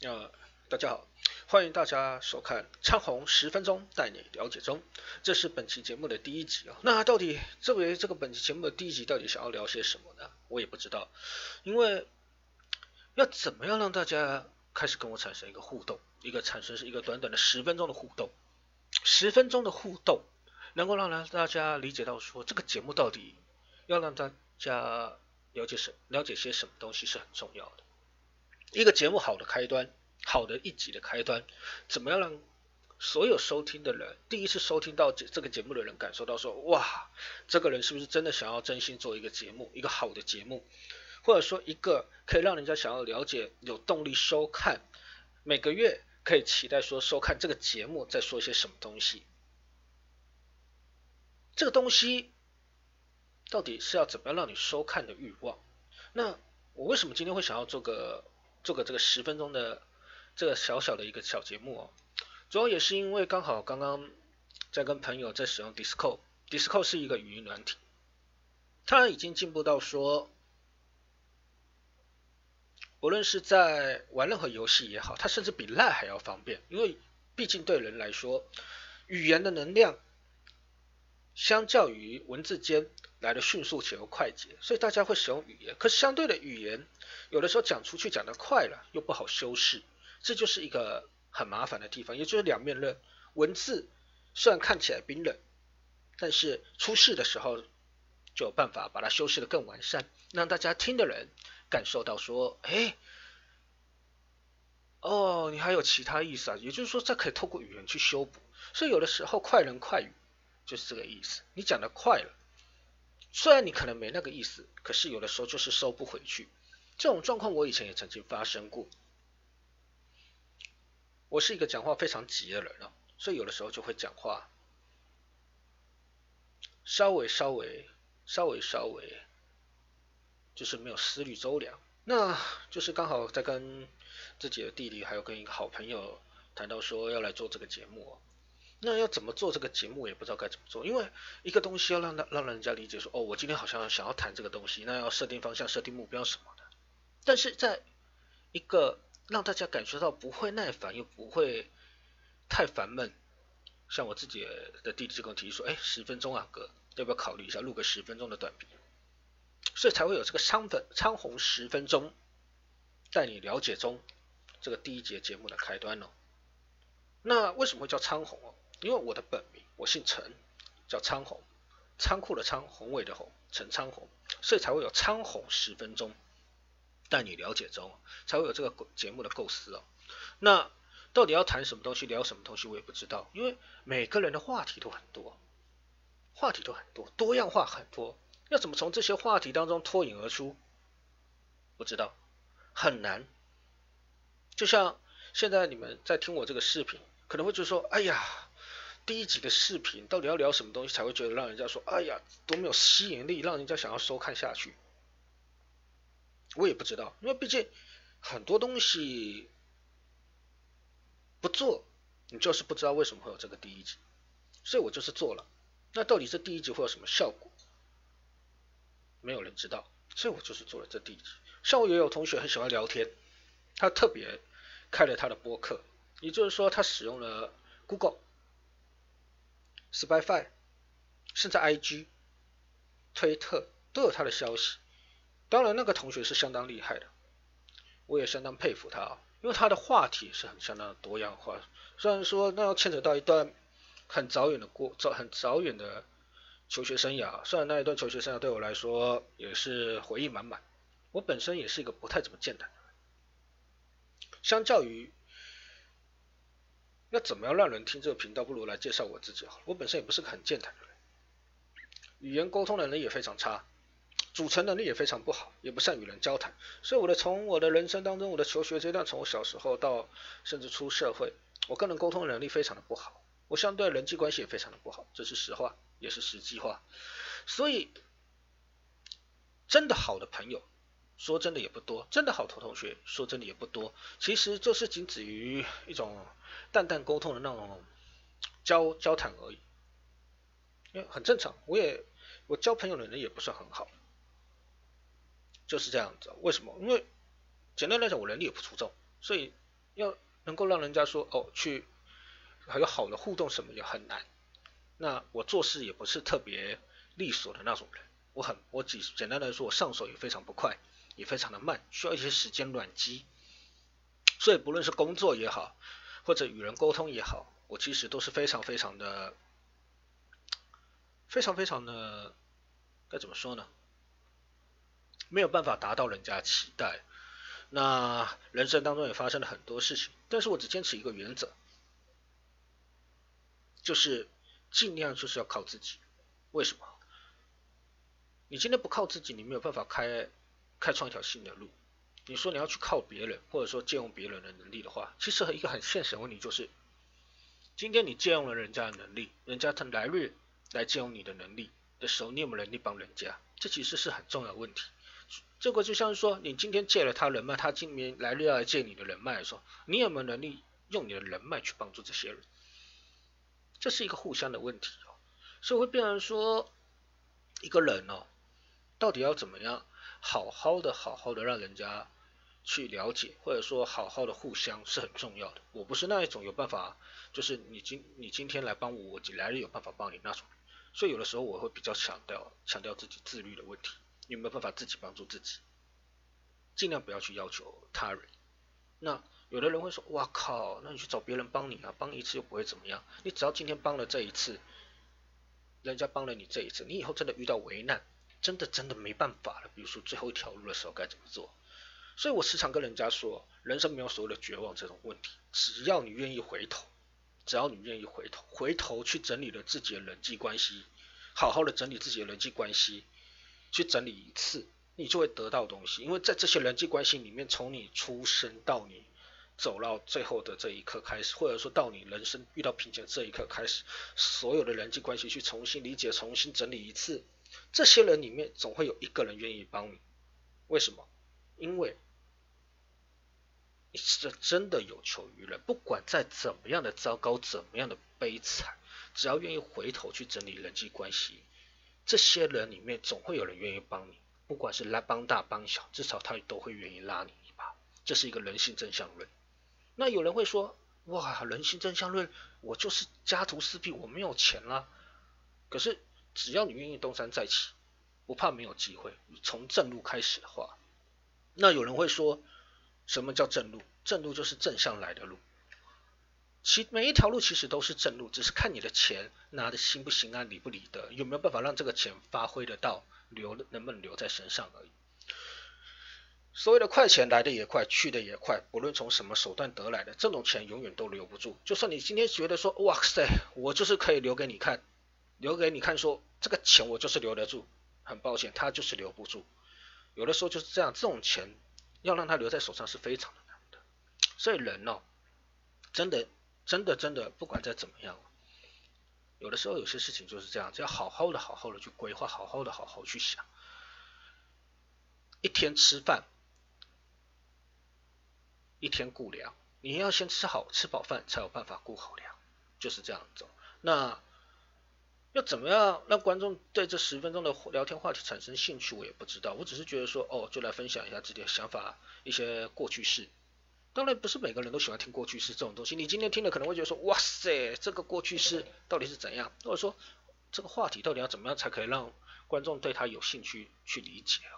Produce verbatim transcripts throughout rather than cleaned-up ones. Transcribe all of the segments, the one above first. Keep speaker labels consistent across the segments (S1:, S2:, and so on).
S1: 呃，大家好，欢迎大家收看昌红十分钟带你了解中，这是本期节目的第一集啊。那到底作为这个本期节目的第一集，到底想要聊些什么呢？我也不知道，因为要怎么样让大家开始跟我产生一个互动，一个产生是一个短短的十分钟的互动，十分钟的互动能够让大家理解到说这个节目到底要让大家了解什了解些什么东西是很重要的。一个节目好的开端，好的一集的开端，怎么样让所有收听的人，第一次收听到这个节目的人感受到说，哇，这个人是不是真的想要真心做一个节目，一个好的节目，或者说一个可以让人家想要了解、有动力收看，每个月可以期待说收看这个节目在说些什么东西。这个东西到底是要怎么样让你收看的欲望？那我为什么今天会想要做个做个这个十分钟的这个小小的一个小节目哦？主要也是因为刚好刚刚在跟朋友在使用 Discord，Discord 是一个语音软体，它已经进步到说，无论是在玩任何游戏也好，它甚至比 Line 还要方便，因为毕竟对人来说，语言的能量相较于文字间来的迅速且又快捷，所以大家会使用语言。可是相对的语言，有的时候讲出去讲得快了，又不好修饰，这就是一个很麻烦的地方，也就是两面刃。文字虽然看起来冰冷，但是出事的时候就有办法把它修饰得更完善，让大家听的人感受到说，哎，哦，你还有其他意思啊？也就是说，这可以透过语言去修补。所以有的时候快人快语就是这个意思。你讲的快了，虽然你可能没那个意思，可是有的时候就是收不回去。这种状况我以前也曾经发生过。我是一个讲话非常急的人啊，所以有的时候就会讲话稍微稍微稍微稍微就是没有思虑周详。那就是刚好在跟自己的弟弟还有跟一个好朋友谈到说要来做这个节目哦。那要怎么做这个节目，我也不知道该怎么做，因为一个东西要让让人家理解说，哦，我今天好像想要谈这个东西，那要设定方向、设定目标什么的。但是在一个让大家感受到不会耐烦又不会太烦闷，像我自己的弟弟就跟我提出说，哎，十分钟啊哥，要不要考虑一下录个十分钟的短片？所以才会有这个昌粉昌红十分钟带你了解中这个第一节节目的开端哦。那为什么会叫昌红哦？因为我的本名我姓陈，叫昌红，仓库的仓，宏伟的宏，陈昌红，所以才会有昌红十分钟带你了解中，才会有这个节目的构思哦。那到底要谈什么东西，聊什么东西，我也不知道，因为每个人的话题都很多，话题都很多，多样化很多，要怎么从这些话题当中脱颖而出，不知道，很难。就像现在你们在听我这个视频，可能会觉得说，哎呀，第一集的视频到底要聊什么东西才会觉得让人家说，哎呀，多么有吸引力，让人家想要收看下去？我也不知道，因为毕竟很多东西不做，你就是不知道为什么会有这个第一集，所以我就是做了。那到底这第一集会有什么效果？没有人知道，所以我就是做了这第一集。像我也有同学很喜欢聊天，他特别开了他的播客，也就是说他使用了 Google、Spotify，甚至 I G、推特都有他的消息。当然，那个同学是相当厉害的，我也相当佩服他啊，因为他的话题是很相当的多样化。虽然说那要牵扯到一段很早远的过，很早远的求学生涯，虽然那一段求学生涯对我来说也是回忆满满。我本身也是一个不太怎么健谈的人，相较于要怎么样让人听这个频道，不如来介绍我自己好了。我本身也不是个很健谈的人，语言沟通能力也非常差，组成能力也非常不好，也不善与人交谈。所以我的从我的人生当中，我的求学阶段，从我小时候到甚至出社会，我跟人沟通能力非常的不好，我相对人际关系也非常的不好，这是实话，也是实际话。所以真的好的朋友，说真的也不多，真的好的同学，说真的也不多。其实就是仅止于一种淡淡沟通的那种交交谈而已，因为很正常。我也我交朋友的能力也不算很好，就是这样子。为什么？因为简单来讲，我能力也不出众，所以要能够让人家说哦去还有好的互动什么也很难。那我做事也不是特别利索的那种人，我很我简简单来说，我上手也非常不快，也非常的慢，需要一些时间软积。所以不论是工作也好，或者与人沟通也好，我其实都是非常非常的非常非常的该怎么说呢？没有办法达到人家期待。那人生当中也发生了很多事情，但是我只坚持一个原则，就是尽量就是要靠自己。为什么？你今天不靠自己，你没有办法开开创一条新的路。你说你要去靠别人，或者说借用别人的能力的话，其实一个很现实的问题就是，今天你借用了人家的能力，人家他来日来借用你的能力的时候，你有没有能力帮人家？这其实是很重要的问题。这个就像是说，你今天借了他人脉，他今年来日要来借你的人脉的时候，你有没有能力用你的人脉去帮助这些人？这是一个互相的问题哦。所以会变成说，一个人哦，到底要怎么样好好的好好的让人家去了解，或者说好好的互相是很重要的。我不是那一种有办法，就是你今你今天来帮我，我来日有办法帮你那种。所以有的时候我会比较强调强调自己自律的问题，有没有办法自己帮助自己，尽量不要去要求他人。那有的人会说，哇靠，那你去找别人帮你啊，帮你一次又不会怎么样，你只要今天帮了这一次，人家帮了你这一次，你以后真的遇到危难，真的真的没办法了，比如说最后一条路的时候该怎么做？所以我时常跟人家说，人生没有所谓的绝望这种问题，只要你愿意回头，只要你愿意回头，回头去整理了自己的人际关系，好好的整理自己的人际关系，去整理一次，你就会得到东西。因为在这些人际关系里面，从你出生到你走到最后的这一刻开始，或者说到你人生遇到瓶颈这一刻开始，所有的人际关系去重新理解、重新整理一次，这些人里面总会有一个人愿意帮你。为什么？因为你是真的有求于人，不管再怎么样的糟糕，怎么样的悲惨，只要愿意回头去整理人际关系，这些人里面总会有人愿意帮你，不管是拉帮大帮小，至少他都会愿意拉你一把。这是一个人性真相论。那有人会说，哇，人性真相论，我就是家徒四壁，我没有钱啦。可是只要你愿意东山再起，不怕没有机会，从正路开始的话，那有人会说，什么叫正路？正路就是正向来的路。其每一条路其实都是正路，只是看你的钱拿的心不心安，理不理得，有没有办法让这个钱发挥得到，留能不能留在身上而已。所谓的快钱来的也快，去的也快，不论从什么手段得来的，这种钱永远都留不住。就算你今天觉得说，哇塞，我就是可以留给你看，留给你看说这个钱我就是留得住，很抱歉，他就是留不住。有的时候就是这样，这种钱要让他留在手上是非常的难的。所以人哦，真的真的真的，不管再怎么样，有的时候有些事情就是这样，要好好的好好的去规划，好好的好好去想。一天吃饭，一天顾粮，你要先吃好吃饱饭，才有办法顾好粮，就是这样子。那要怎么样让观众对这十分钟的聊天话题产生兴趣，我也不知道。我只是觉得说，哦，就来分享一下自己的想法，一些过去式。当然不是每个人都喜欢听过去式这种东西。你今天听了可能会觉得说，哇塞，这个过去式到底是怎样？或者说这个话题到底要怎么样才可以让观众对他有兴趣去理解哦？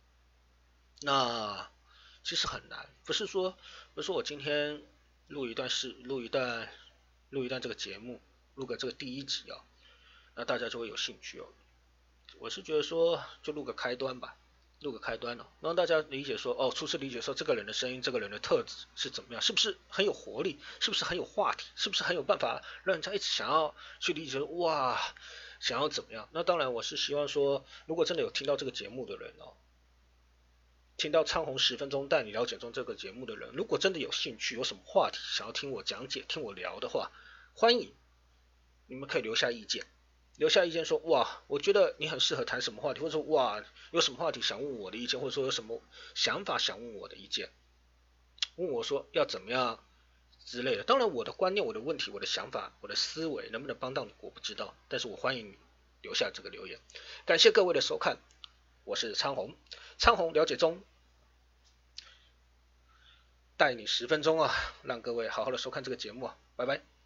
S1: 那其实很难，不是说不是说我今天录一段是录一段录一段这个节目，录个这个第一集哦，那大家就会有兴趣哦。我是觉得说就录个开端吧，录个开端哦，让大家理解说哦，初次理解说这个人的声音，这个人的特质是怎么样，是不是很有活力，是不是很有话题，是不是很有办法让人家一直想要去理解哇，想要怎么样？那当然我是希望说，如果真的有听到这个节目的人哦。听到苍红十分钟带你了解中这个节目的人，如果真的有兴趣，有什么话题想要听我讲解、听我聊的话，欢迎你们可以留下意见，留下意见说哇，我觉得你很适合谈什么话题，或者说哇，有什么话题想问我的意见，或者说有什么想法想问我的意见，问我说要怎么样之类的。当然，我的观念、我的问题、我的想法、我的思维能不能帮到你，我不知道，但是我欢迎你留下这个留言。感谢各位的收看，我是苍红，苍红了解中。 带你十分钟啊，让各位好好的收看这个节目啊，拜拜。